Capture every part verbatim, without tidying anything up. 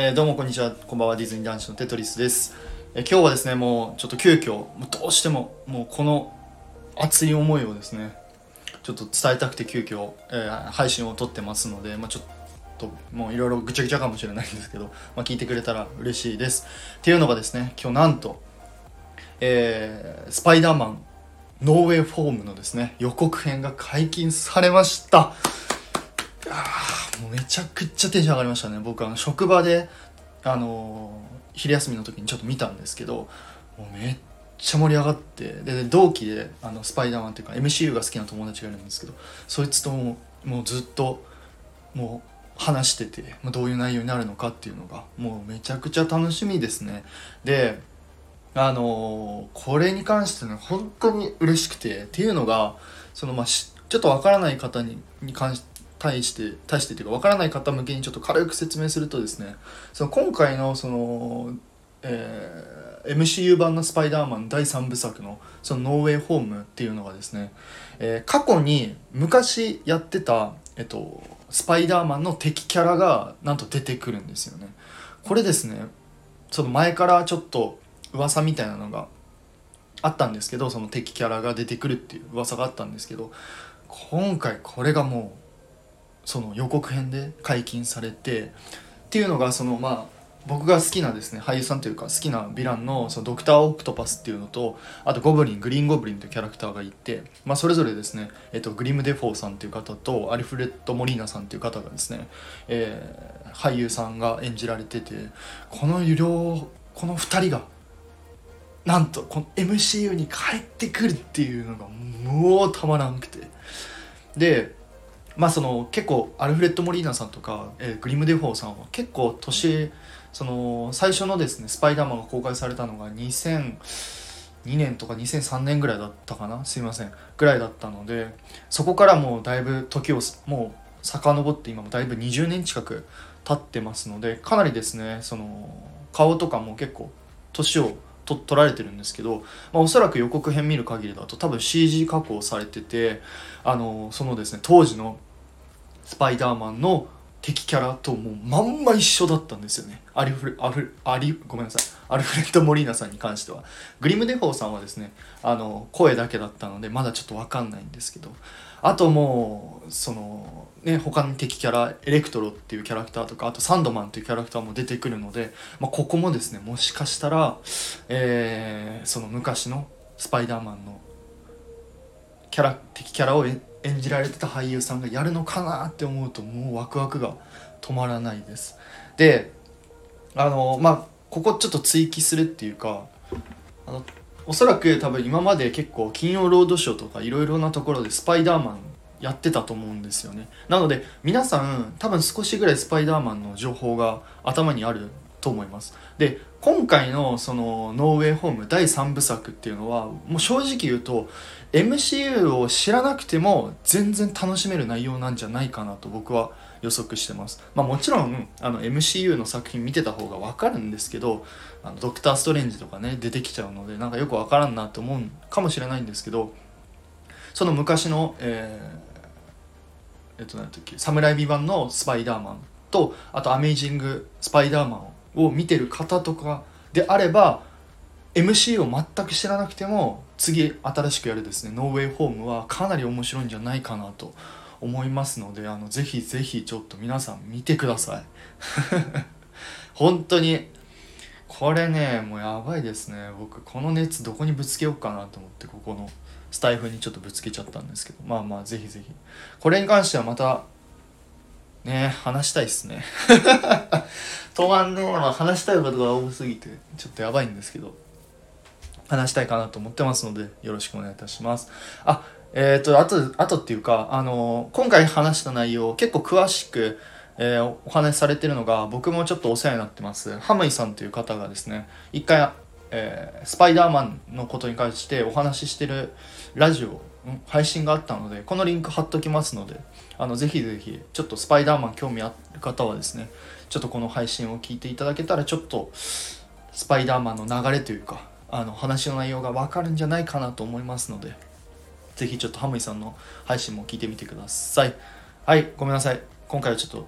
えー、どうもこんにちは、こんばんは。ディズニー男子のテトリスです。えー、今日はですね、もうちょっと急遽もうどうしてももうこの熱い思いをですねちょっと伝えたくて急遽、えー、配信を撮ってますので、まあ、ちょっともういろいろぐちゃぐちゃかもしれないんですけど、まあ、聞いてくれたら嬉しいです。っていうのがですね、今日なんと、えー、スパイダーマンノーウェイホームのですね予告編が解禁されました。もうめちゃくちゃテンション上がりましたね。僕は職場で、あのー、昼休みの時にちょっと見たんですけど、もうめっちゃ盛り上がって、で同期であのスパイダーマンっていうか エムシーユー が好きな友達がいるんですけど、そいつとももうずっともう話してて、まあ、どういう内容になるのかっていうのがもうめちゃくちゃ楽しみですね。であのー、これに関してね本当に嬉しくて、っていうのがそのまあちょっとわからない方にに関して対して対してというか分からない方向けにちょっと軽く説明するとですね、その今回のその、えー、エムシーユー 版のスパイダーマンだいさんぶさくのそのノーウェイホームっていうのがですね、えー、過去に昔やってた、えっと、スパイダーマンの敵キャラがなんと出てくるんですよね。これですね、その前からちょっと噂みたいなのがあったんですけど、その敵キャラが出てくるっていう噂があったんですけど、今回これがもうその予告編で解禁されて、っていうのがそのまあ僕が好きなですね俳優さんというか好きなヴィランのそのドクター・オクトパスっていうのと、あとゴブリングリーンゴブリンというキャラクターがいて、まあ、それぞれですね、えっと、グリム・デフォーさんという方とアルフレッド・モリーナさんという方がですね、えー、俳優さんが演じられてて、この両このふたりがなんとこの エムシーユー に帰ってくるっていうのがもうたまらんくて、でまあその結構アルフレッド・モリーナさんとか、えー、グリム・デフォーさんは結構年その最初のですねスパイダーマンが公開されたのがにせんにねんとかにせんさんねんぐらいだったかな、すいませんぐらいだったので、そこからもうだいぶ時をもう遡って今もだいぶにじゅうねん近く経ってますので、かなりですねその顔とかも結構年をと取られてるんですけど、まあ、おそらく予告編見る限りだと多分 シージー 加工されてて、あのそのですね当時のスパイダーマンの敵キャラともうまんま一緒だったんですよね。アリフレアフアリごめんなさいアルフレッド・モリーナさんに関しては。グリム・デフォーさんはですねあの声だけだったのでまだちょっと分かんないんですけど、あともうそのね他の敵キャラエレクトロっていうキャラクターとか、あとサンドマンっていうキャラクターも出てくるので、まあ、ここもですねもしかしたら、えー、その昔のスパイダーマンのキャラ敵キャラを演じられてた俳優さんがやるのかなって思うともうワクワクが止まらないです。であのまあここちょっと追記するっていうか、あのおそらく多分今まで結構金曜ロードショーとかいろいろなところでスパイダーマンやってたと思うんですよね。なので皆さん多分少しぐらいスパイダーマンの情報が頭にあると思います。で今回のそのノーウェイホームだいさんぶさくっていうのはもう正直言うと エムシーユー を知らなくても全然楽しめる内容なんじゃないかなと僕は予測してます。まあもちろんあの エムシーユー の作品見てた方が分かるんですけど、あのドクター・ストレンジとかね出てきちゃうのでなんかよく分からんなと思うかもしれないんですけど、その昔のえー、えっと何だっけサムライビ版のスパイダーマンと、あとアメイジングスパイダーマンを見てる方とかであれば エムシーユー を全く知らなくても次新しくやるですねノーウェイホームはかなり面白いんじゃないかなと思いますので、あのぜひぜひちょっと皆さん見てください本当にこれねもうやばいですね。僕この熱どこにぶつけようかなと思ってここのスタイフにちょっとぶつけちゃったんですけど、まあまあぜひぜひこれに関してはまたね話したいっすねとまんねえ、まあ、話したいことが多すぎてちょっとやばいんですけど話したいかなと思ってますのでよろしくお願いいたします。あえっ、ー、とあとあとっていうかあの今回話した内容結構詳しく、えー、お話しされてるのが僕もちょっとお世話になってますハムイさんという方がですね一回、えー、スパイダーマンのことに関してお話ししてるラジオ配信があったのでこのリンク貼っときますので、あのぜひぜひちょっとスパイダーマン興味ある方はですねちょっとこの配信を聞いていただけたらちょっとスパイダーマンの流れというかあの話の内容が分かるんじゃないかなと思いますので、ぜひちょっとハムイさんの配信も聞いてみてください。はい、ごめんなさい今回はちょっと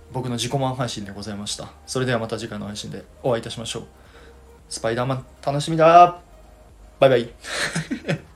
僕の自己満配信でございました。それではまた次回の配信でお会いいたしましょう。スパイダーマン楽しみだ。バイバイ